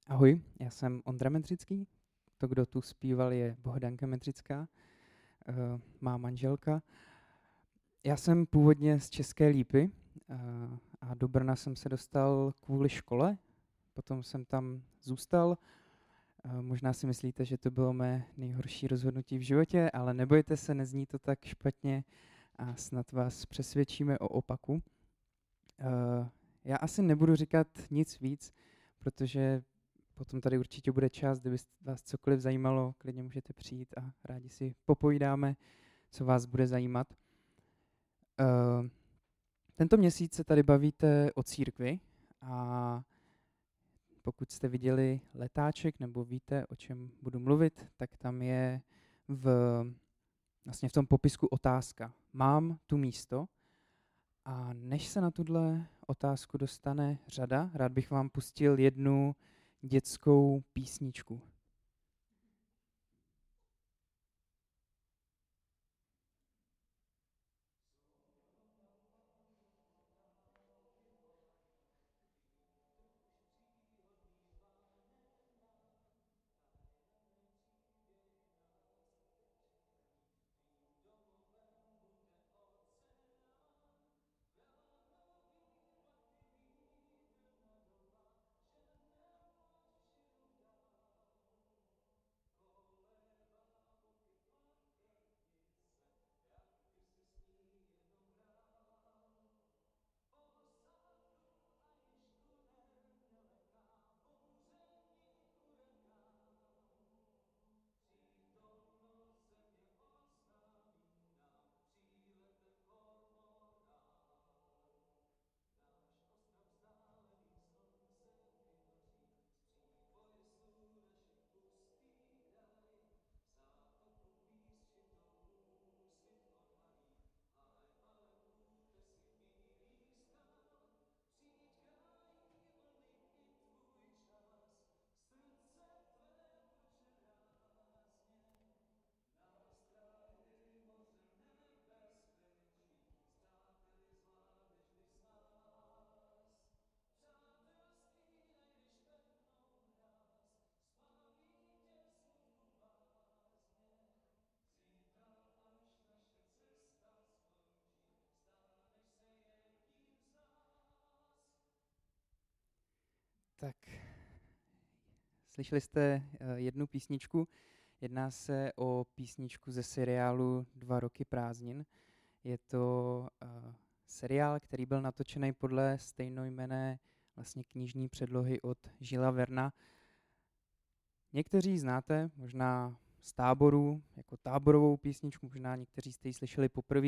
Ahoj, já jsem Ondra Medřický. To, kdo tu zpíval, je Bohdanka Medřická, má manželka. Já jsem původně z České Lípy a do Brna jsem se dostal kvůli škole, potom jsem tam zůstal. Možná si myslíte, že to bylo mé nejhorší rozhodnutí v životě, ale nebojte se, nezní to tak špatně a snad vás přesvědčíme o opaku. Já asi nebudu říkat nic víc, protože potom tady určitě bude čas, kdyby vás cokoliv zajímalo, klidně můžete přijít a rádi si popovídáme, co vás bude zajímat. Tento měsíc se tady bavíte o církvi a pokud jste viděli letáček nebo víte, o čem budu mluvit, tak tam je vlastně v tom popisku otázka. Mám tu místo? A než se na tuhle otázku dostane řada, rád bych vám pustil jednu dětskou písničku. Tak, slyšeli jste jednu písničku. Jedná se o písničku ze seriálu 2 roky prázdnin. Je to seriál, který byl natočený podle stejnojmenné vlastně knižní předlohy od Julesa Verna. Někteří znáte možná z Táboru, jako táborovou písničku, možná někteří jste ji slyšeli poprvé.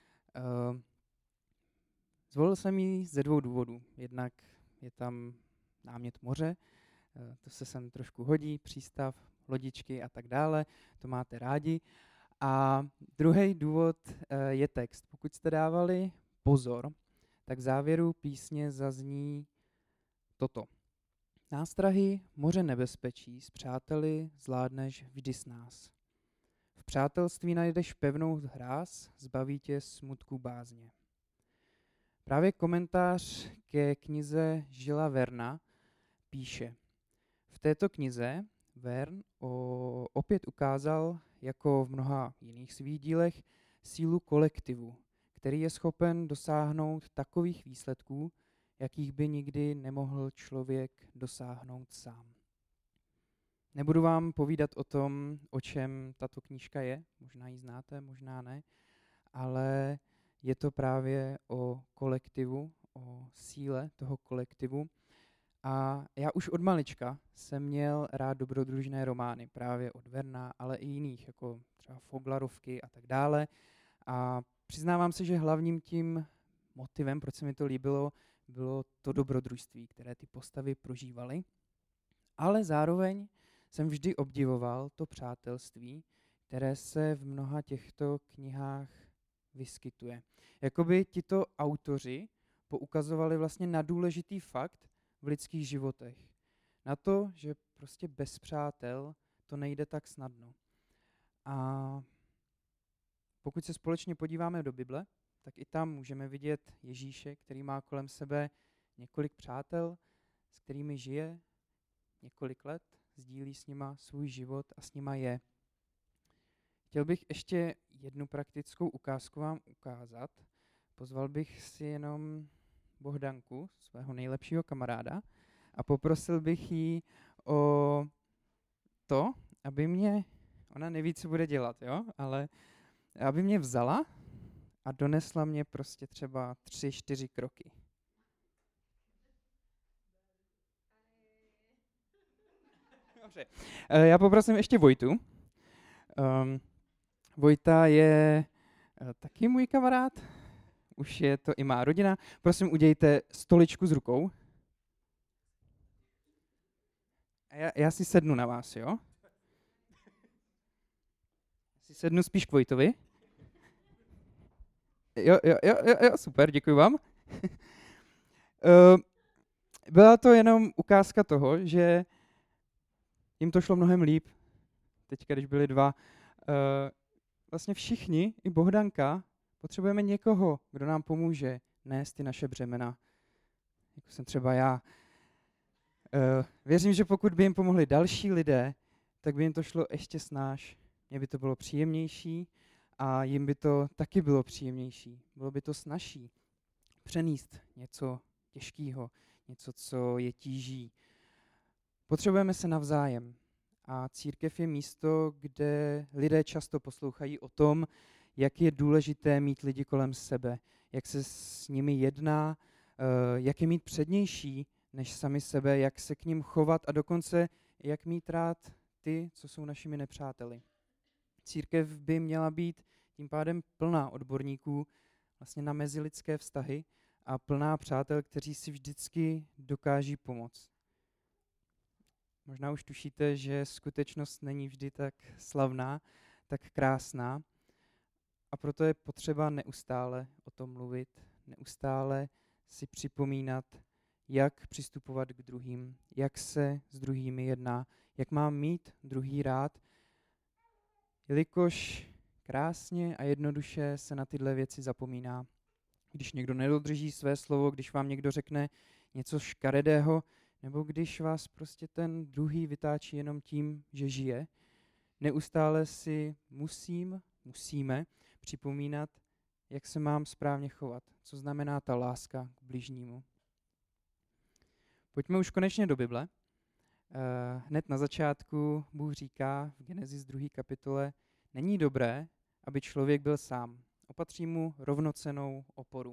Zvolil jsem ji ze 2 důvodů. Jednak je tam námět moře, to se sem trošku hodí, přístav, lodičky a tak dále, to máte rádi. A druhý důvod je text. Pokud jste dávali pozor, tak v závěru písně zazní toto. Nástrahy, moře nebezpečí, s přáteli zvládneš vždy s nás. V přátelství najdeš pevnou hráz, zbaví tě smutku bázně. Právě komentář ke knize Julesa Verna píše. V této knize Vern opět ukázal, jako v mnoha jiných svých dílech, sílu kolektivu, který je schopen dosáhnout takových výsledků, jakých by nikdy nemohl člověk dosáhnout sám. Nebudu vám povídat o tom, o čem tato knížka je, možná ji znáte, možná ne, ale je to právě o kolektivu, o síle toho kolektivu. A já už od malička jsem měl rád dobrodružné romány, právě od Verna, ale i jiných, jako třeba Foglarovky a tak dále. A přiznávám se, že hlavním tím motivem, proč se mi to líbilo, bylo to dobrodružství, které ty postavy prožívaly. Ale zároveň jsem vždy obdivoval to přátelství, které se v mnoha těchto knihách vyskytuje. Jakoby tito autoři poukazovali vlastně na důležitý fakt v lidských životech. Na to, že prostě bez přátel to nejde tak snadno. A pokud se společně podíváme do Bible, tak i tam můžeme vidět Ježíše, který má kolem sebe několik přátel, s kterými žije, několik let, sdílí s nima svůj život a s nima je. Chtěl bych ještě jednu praktickou ukázku vám ukázat. Pozval bych si jenom Bohdanku, svého nejlepšího kamaráda, a poprosil bych ji o to, aby mě, ona neví, co bude dělat, jo, ale aby mě vzala a donesla mě prostě třeba 3-4 kroky. Dobře. Já poprosím ještě Vojtu. Vojta je taky můj kamarád, už je to i má rodina. Prosím, udějte stoličku s rukou. A já si sednu na vás, jo? Si sednu spíš k Vojtovi. Jo, super, děkuji vám. Byla to jenom ukázka toho, že jim to šlo mnohem líp, teďka, když byli dva. Vlastně všichni, i Bohdanka, potřebujeme někoho, kdo nám pomůže nést ty naše břemena, jako jsem třeba já. Věřím, že pokud by jim pomohli další lidé, tak by jim to šlo ještě snáš. Mně by to bylo příjemnější a jim by to taky bylo příjemnější. Bylo by to snazší přenést něco těžkého, něco, co je tíží. Potřebujeme se navzájem. A církev je místo, kde lidé často poslouchají o tom, jak je důležité mít lidi kolem sebe, jak se s nimi jedná, jak je mít přednější než sami sebe, jak se k nim chovat a dokonce jak mít rád ty, co jsou našimi nepřáteli. Církev by měla být tím pádem plná odborníků vlastně na mezilidské vztahy a plná přátel, kteří si vždycky dokáží pomoct. Možná už tušíte, že skutečnost není vždy tak slavná, tak krásná a proto je potřeba neustále o tom mluvit, neustále si připomínat, jak přistupovat k druhým, jak se s druhými jedná, jak mám mít druhý rád, jelikož krásně a jednoduše se na tyhle věci zapomíná. Když někdo nedodrží své slovo, když vám někdo řekne něco škaredého, nebo když vás prostě ten druhý vytáčí jenom tím, že žije, neustále si musíme připomínat, jak se mám správně chovat, co znamená ta láska k bližnímu. Pojďme už konečně do Bible. Hned na začátku Bůh říká v Genesis 2. kapitole, není dobré, aby člověk byl sám. Opatří mu rovnocennou oporu.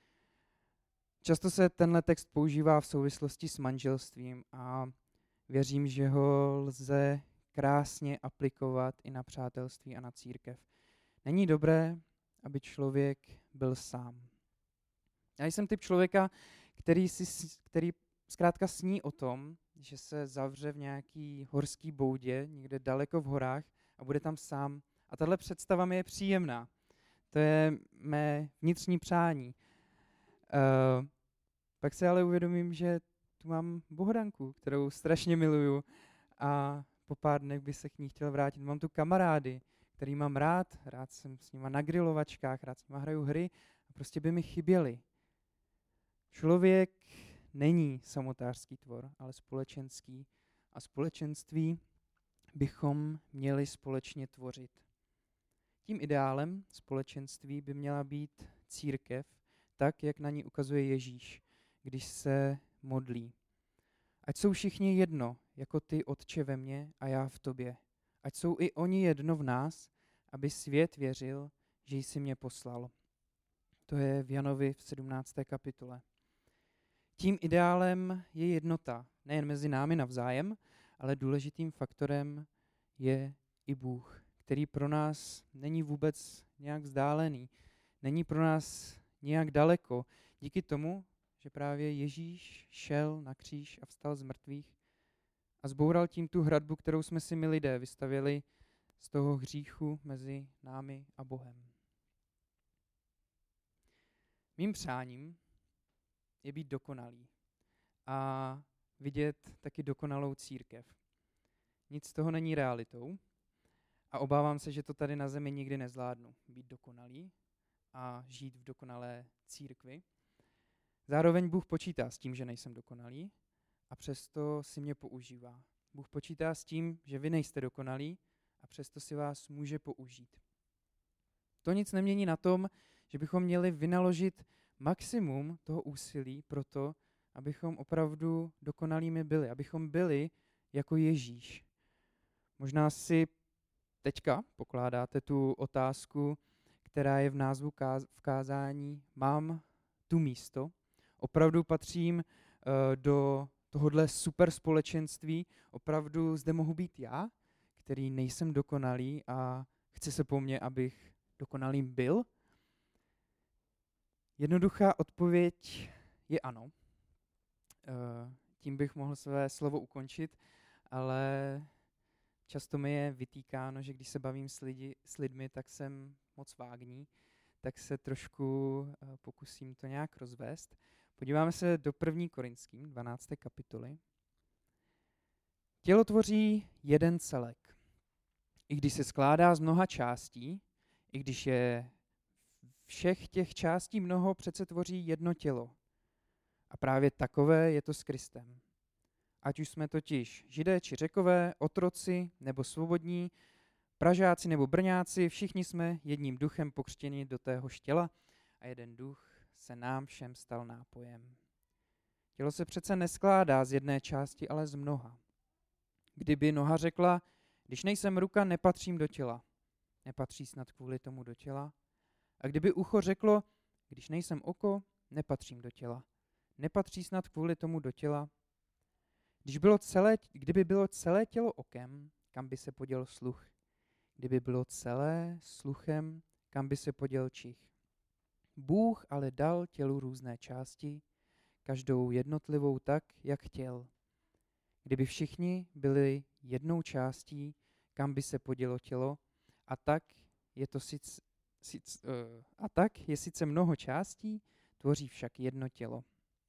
Často se tenhle text používá v souvislosti s manželstvím a věřím, že ho lze krásně aplikovat i na přátelství a na církev. Není dobré, aby člověk byl sám. Já jsem typ člověka, který zkrátka sní o tom, že se zavře v nějaký horský boudě, někde daleko v horách a bude tam sám. A tahle představa mi je příjemná. To je mé vnitřní přání. Pak se ale uvědomím, že tu mám Bohdanku, kterou strašně miluju a po pár dnech bych se k ní chtěl vrátit. Mám tu kamarády, který mám rád jsem s nima na grilovačkách, rád s nima hraju hry a prostě by mi chyběli. Člověk není samotářský tvor, ale společenský a společenství bychom měli společně tvořit. Tím ideálem společenství by měla být církev, tak, jak na ní ukazuje Ježíš, když se modlí. Ať jsou všichni jedno, jako ty, Otče, ve mně a já v tobě. Ať jsou i oni jedno v nás, aby svět věřil, že jsi mě poslal. To je v Janovi v 17. kapitole. Tím ideálem je jednota, nejen mezi námi navzájem, ale důležitým faktorem je i Bůh, který pro nás není vůbec nějak vzdálený, není pro nás nějak daleko. Díky tomu, že právě Ježíš šel na kříž a vstal z mrtvých a zboural tím tu hradbu, kterou jsme si my lidé vystavěli z toho hříchu mezi námi a Bohem. Mým přáním je být dokonalý a vidět taky dokonalou církev. Nic z toho není realitou a obávám se, že to tady na zemi nikdy nezvládnu. Být dokonalý a žít v dokonalé církvi. Zároveň Bůh počítá s tím, že nejsem dokonalý a přesto si mě používá. Bůh počítá s tím, že vy nejste dokonalí a přesto si vás může použít. To nic nemění na tom, že bychom měli vynaložit maximum toho úsilí pro to, abychom opravdu dokonalými byli, abychom byli jako Ježíš. Možná si teďka pokládáte tu otázku, která je v názvu v kázání, mám tu místo, opravdu patřím do tohodle super společenství, opravdu zde mohu být já, který nejsem dokonalý a chce se po mně, abych dokonalým byl? Jednoduchá odpověď je ano. Tím bych mohl své slovo ukončit, ale často mi je vytýkáno, že když se bavím s lidmi, tak jsem moc vágní, tak se trošku pokusím to nějak rozvést. Podíváme se do 1. Korinským, 12. kapitoly. Tělo tvoří jeden celek. I když se skládá z mnoha částí, i když je všech těch částí mnoho, přece tvoří jedno tělo. A právě takové je to s Kristem. Ať už jsme totiž Židé či Řekové, otroci nebo svobodní, Pražáci nebo Brňáci, všichni jsme jedním duchem pokřtěni do téhož těla a jeden duch se nám všem stal nápojem. Tělo se přece neskládá z jedné části, ale z mnoha. Kdyby noha řekla, když nejsem ruka, nepatřím do těla, nepatří snad kvůli tomu do těla? A kdyby ucho řeklo, když nejsem oko, nepatřím do těla, nepatří snad kvůli tomu do těla? Kdyby bylo celé tělo okem, kam by se poděl sluch? Kdyby bylo celé sluchem, kam by se poděl čich? Bůh ale dal tělu různé části, každou jednotlivou tak, jak chtěl. Kdyby všichni byli jednou částí, kam by se podělo tělo, a tak je sice mnoho částí, tvoří však jedno tělo.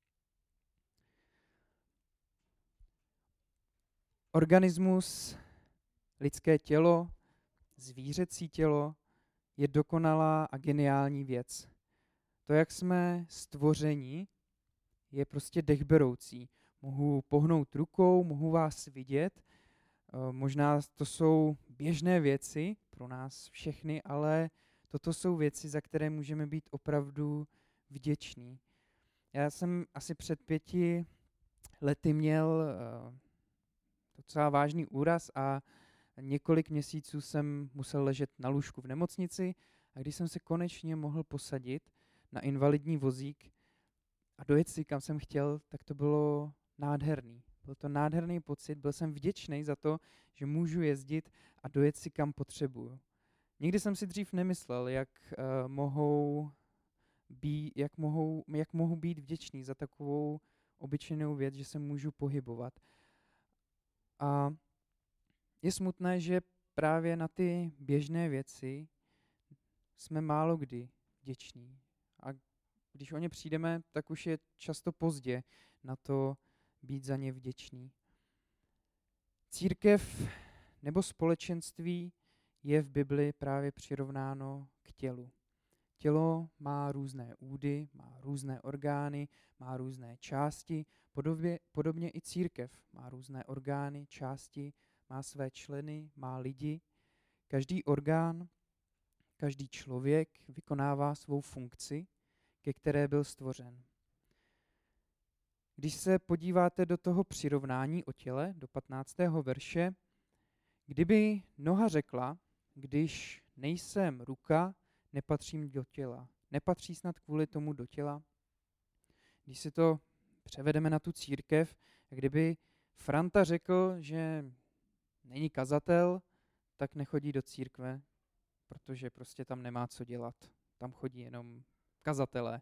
Organismus, lidské tělo, zvířecí tělo je dokonalá a geniální věc. To, jak jsme stvořeni, je prostě dechberoucí. Mohu pohnout rukou, mohu vás vidět, možná to jsou běžné věci pro nás všechny, ale toto jsou věci, za které můžeme být opravdu vděční. Já jsem asi před 5 lety měl docela vážný úraz a několik měsíců jsem musel ležet na lůžku v nemocnici a když jsem se konečně mohl posadit na invalidní vozík a dojet si, kam jsem chtěl, tak to bylo nádherný. Byl to nádherný pocit, byl jsem vděčný za to, že můžu jezdit a dojet si, kam potřebuju. Nikdy jsem si dřív nemyslel, jak mohu být vděčný za takovou obyčejnou věc, že se můžu pohybovat. A je smutné, že právě na ty běžné věci jsme málo kdy vděční. A když o ně přijdeme, tak už je často pozdě na to být za ně vděčný. Církev nebo společenství je v Bibli právě přirovnáno k tělu. Tělo má různé údy, má různé orgány, má různé části, podobně i církev má různé orgány, části, má své členy, má lidi. Každý orgán, každý člověk vykonává svou funkci, ke které byl stvořen. Když se podíváte do toho přirovnání o těle, do 15. verše, kdyby noha řekla, když nejsem ruka, nepatřím do těla. Nepatří snad kvůli tomu do těla? Když si to převedeme na tu církev, kdyby Franta řekl, že není kazatel, tak nechodí do církve, protože prostě tam nemá co dělat. Tam chodí jenom kazatelé.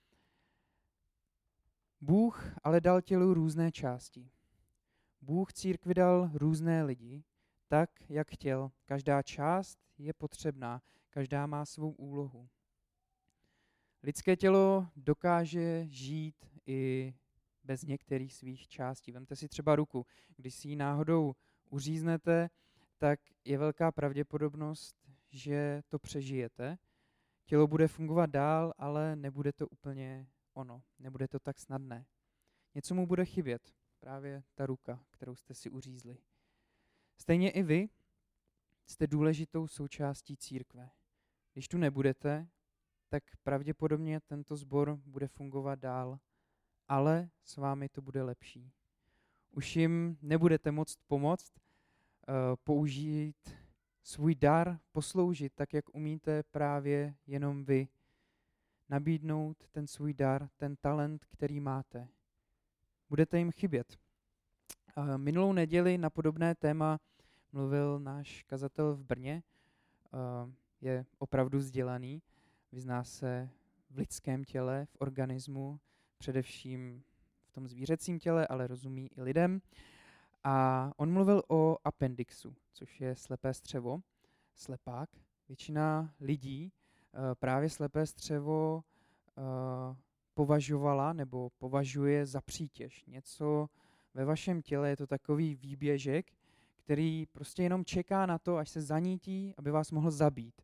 Bůh ale dal tělu různé části. Bůh církvi dal různé lidi, tak, jak chtěl. Každá část je potřebná, každá má svou úlohu. Lidské tělo dokáže žít i bez některých svých částí. Vemte si třeba ruku. Když si ji náhodou uříznete, tak je velká pravděpodobnost, že to přežijete. Tělo bude fungovat dál, ale nebude to úplně ono. Nebude to tak snadné. Něco mu bude chybět. právě ta ruka, kterou jste si uřízli. Stejně i vy jste důležitou součástí církve. Když tu nebudete, tak pravděpodobně tento sbor bude fungovat dál, ale s vámi to bude lepší. Už jim nebudete moct pomoct, použít svůj dar, posloužit tak, jak umíte právě jenom vy. Nabídnout ten svůj dar, ten talent, který máte. Budete jim chybět. Minulou neděli na podobné téma mluvil náš kazatel v Brně. Je opravdu vzdělaný, vyzná se v lidském těle, v organismu, především v tom zvířecím těle, ale rozumí i lidem. A on mluvil o appendixu, což je slepé střevo, slepák. Většina lidí právě slepé střevo považovala nebo považuje za přítěž. Něco ve vašem těle je to takový výběžek, který prostě jenom čeká na to, až se zanítí, aby vás mohl zabít.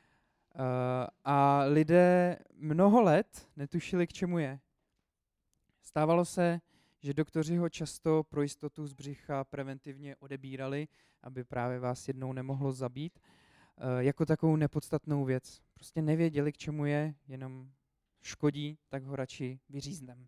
A lidé mnoho let netušili, k čemu je. Stávalo se, že doktoři ho často pro jistotu z břicha preventivně odebírali, aby právě vás jednou nemohlo zabít, jako takovou nepodstatnou věc. Prostě nevěděli, k čemu je, jenom škodí, tak ho radši vyříznem.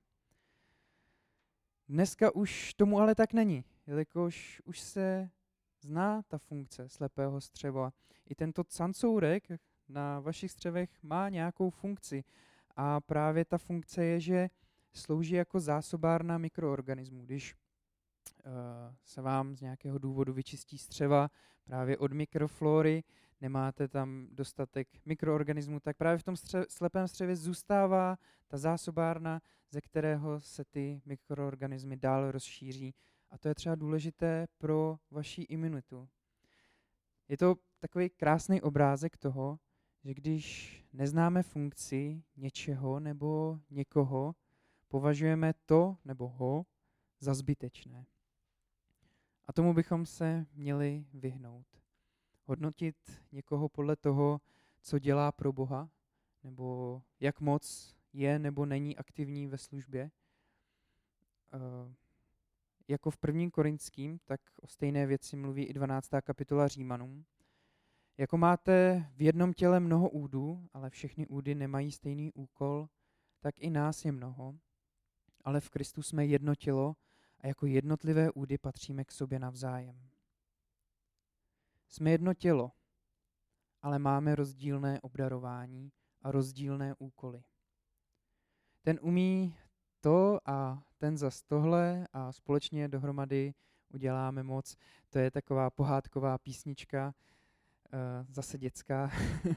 Dneska už tomu ale tak není, jelikož už se zná ta funkce slepého střeva. I tento cancourek na vašich střevech má nějakou funkci. A právě ta funkce je, že slouží jako zásobárna mikroorganismů. Když se vám z nějakého důvodu vyčistí střeva právě od mikroflory, nemáte tam dostatek mikroorganismů, tak právě v tom slepém střevě zůstává ta zásobárna, ze kterého se ty mikroorganismy dál rozšíří. A to je třeba důležité pro vaši imunitu. Je to takový krásný obrázek toho, že když neznáme funkci něčeho nebo někoho, považujeme to nebo ho za zbytečné. A tomu bychom se měli vyhnout. Hodnotit někoho podle toho, co dělá pro Boha, nebo jak moc je nebo není aktivní ve službě. Jako v 1. Korinským, tak o stejné věci mluví i 12. kapitola Římanům. Jako máte v jednom těle mnoho údů, ale všechny údy nemají stejný úkol, tak i nás je mnoho, ale v Kristu jsme jedno tělo a jako jednotlivé údy patříme k sobě navzájem. Jsme jedno tělo, ale máme rozdílné obdarování a rozdílné úkoly. Ten umí to a ten zas tohle a společně dohromady uděláme moc. To je taková pohádková písnička, zase dětská.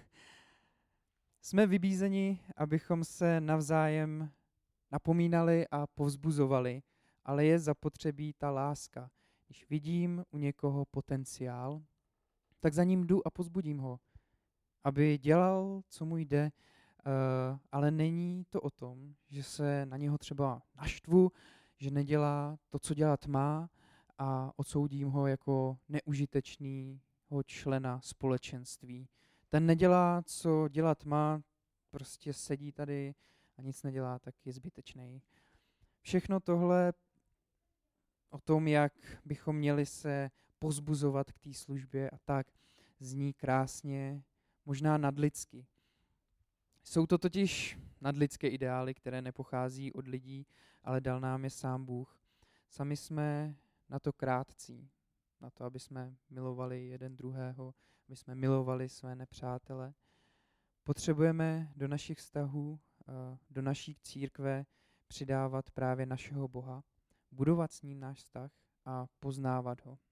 Jsme vybízeni, abychom se navzájem napomínali a povzbuzovali, ale je zapotřebí ta láska. Když vidím u někoho potenciál, tak za ním jdu a povzbudím ho, aby dělal, co mu jde, ale není to o tom, že se na něho třeba naštvu, že nedělá to, co dělat má a odsoudím ho jako neužitečného člena společenství. Ten nedělá, co dělat má, prostě sedí tady a nic nedělá, tak je zbytečný. Všechno tohle o tom, jak bychom měli se pozbuzovat k té službě a tak, zní krásně, možná nadlidsky. Jsou to totiž nadlidské ideály, které nepochází od lidí, ale dal nám je sám Bůh. Sami jsme na to krátcí, na to, aby jsme milovali jeden druhého, aby jsme milovali své nepřátele. Potřebujeme do našich vztahů, do naší církve přidávat právě našeho Boha, budovat s ním náš vztah a poznávat ho.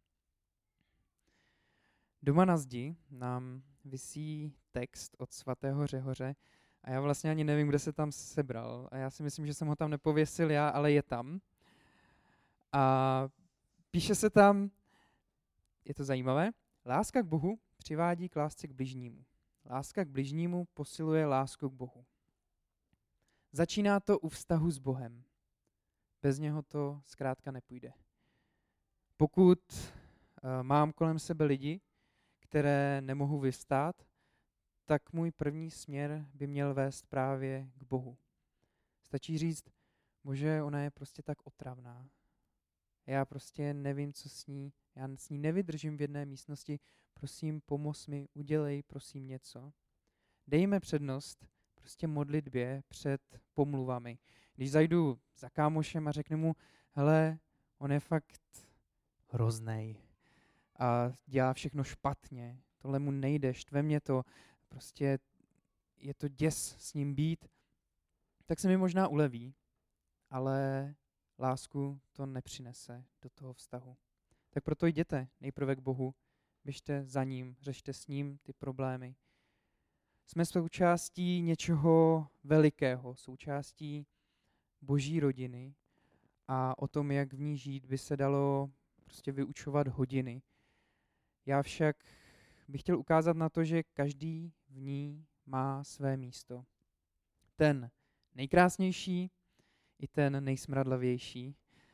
Doma na zdi nám visí text od svatého Řehoře a já vlastně ani nevím, kde se tam sebral. A já si myslím, že jsem ho tam nepověsil já, ale je tam. A píše se tam, je to zajímavé, láska k Bohu přivádí k lásce k bližnímu. Láska k bližnímu posiluje lásku k Bohu. Začíná to u vztahu s Bohem. Bez něho to zkrátka nepůjde. Pokud mám kolem sebe lidi, které nemohu vystát, tak můj první směr by měl vést právě k Bohu. Stačí říct, Bože, ona je prostě tak otravná. já prostě nevím, co s ní, já s ní nevydržím v jedné místnosti, prosím, pomoz mi, udělej, prosím, něco. Dejme přednost prostě modlitbě před pomluvami. Když zajdu za kámošem a řeknu mu, hele, on je fakt hroznej a dělá všechno špatně, tohle mu nejde, štve mě to, prostě je to děs s ním být, tak se mi možná uleví, ale lásku to nepřinese do toho vztahu. Tak proto jděte nejprve k Bohu, běžte za ním, řešte s ním ty problémy. Jsme součástí něčeho velikého, součástí Boží rodiny a o tom, jak v ní žít, by se dalo prostě vyučovat hodiny. Já však bych chtěl ukázat na to, že každý v ní má své místo. Ten nejkrásnější i ten nejsmradlavější.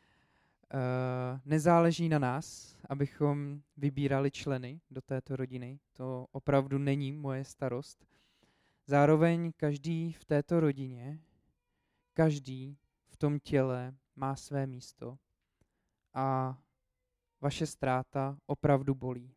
Nezáleží na nás, abychom vybírali členy do této rodiny. To opravdu není moje starost. Zároveň každý v této rodině, každý v tom těle má své místo a vaše ztráta opravdu bolí.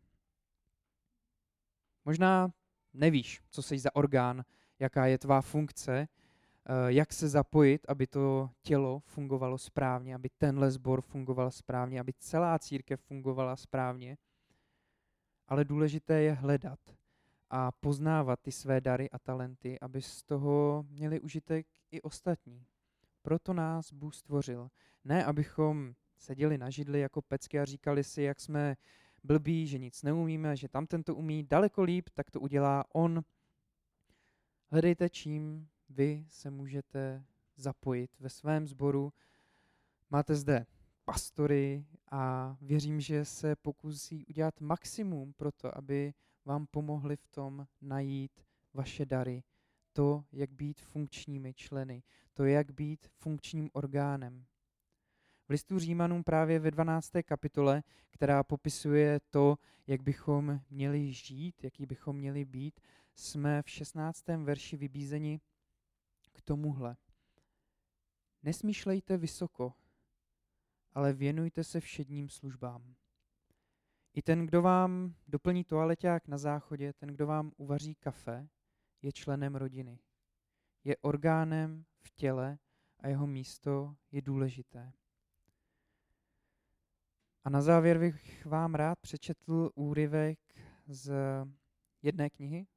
Možná nevíš, co jsi za orgán, jaká je tvá funkce, jak se zapojit, aby to tělo fungovalo správně, aby tenhle sbor fungoval správně, aby celá církev fungovala správně. Ale důležité je hledat a poznávat ty své dary a talenty, aby z toho měli užitek i ostatní. Proto nás Bůh stvořil. Ne, abychom seděli na židli jako pecky a říkali si, jak jsme blbí, že nic neumíme, že tamten to umí daleko líp, tak to udělá on. Hledejte, čím vy se můžete zapojit ve svém sboru. Máte zde pastory a věřím, že se pokusí udělat maximum pro to, aby vám pomohli v tom najít vaše dary. To, jak být funkčními členy, to, jak být funkčním orgánem. V listu Římanům právě ve 12. kapitole, která popisuje to, jak bychom měli žít, jaký bychom měli být, jsme v 16. verši vybízeni k tomuhle. Nesmýšlejte vysoko, ale věnujte se všedním službám. I ten, kdo vám doplní toaleťák na záchodě, ten, kdo vám uvaří kafe, je členem rodiny. Je orgánem v těle a jeho místo je důležité. A na závěr bych vám rád přečetl úryvek z jedné knihy,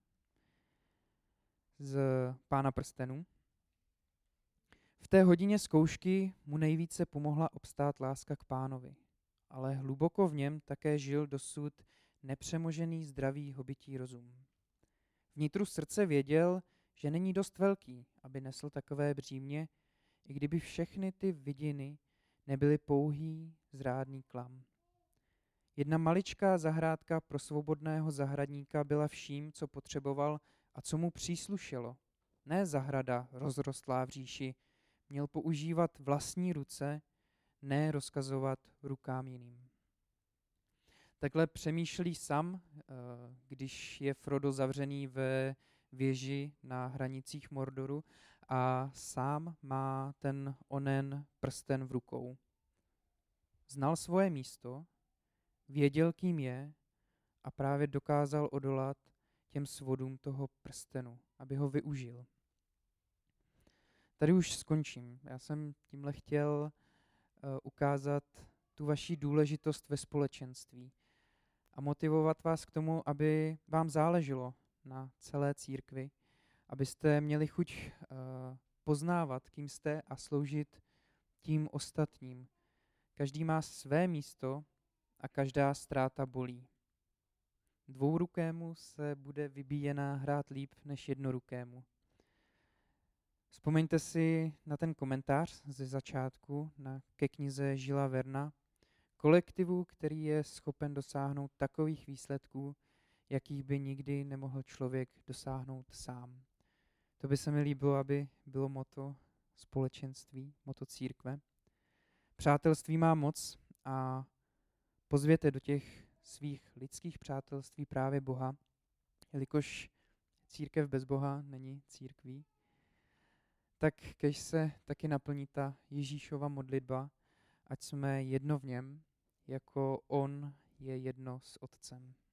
z Pána prstenů. V té hodině zkoušky mu nejvíce pomohla obstát láska k Pánovi, ale hluboko v něm také žil dosud nepřemožený zdravý hobití rozum. Vnitru srdce věděl, že není dost velký, aby nesl takové břímě, i kdyby všechny ty vidiny nebyly pouhý zrádný klam. Jedna maličká zahrádka pro svobodného zahradníka byla vším, co potřeboval a co mu příslušelo. Ne zahrada rozrostlá v říši, měl používat vlastní ruce, ne rozkazovat rukám jiným. Takhle přemýšlí Sam, když je Frodo zavřený ve věži na hranicích Mordoru a sám má ten onen prsten v rukou. Znal svoje místo, věděl, kým je a právě dokázal odolat těm svodům toho prstenu, aby ho využil. Tady už skončím. Já jsem tímhle chtěl ukázat tu vaši důležitost ve společenství a motivovat vás k tomu, aby vám záleželo na celé církvi, abyste měli chuť poznávat, kým jste a sloužit tím ostatním. Každý má své místo a každá ztráta bolí. Dvourukému se bude vybíjená hrát líp než jednorukému. Vzpomeňte si na ten komentář ze začátku ke knize Žila Verna, kolektivu, který je schopen dosáhnout takových výsledků, jakých by nikdy nemohl člověk dosáhnout sám. To by se mi líbilo, aby bylo motto společenství, motto církve. Přátelství má moc a pozvěte do těch svých lidských přátelství právě Boha, jelikož církev bez Boha není církví. Tak kež se taky naplní ta Ježíšova modlitba ať jsme jedno v něm, jako on je jedno s Otcem.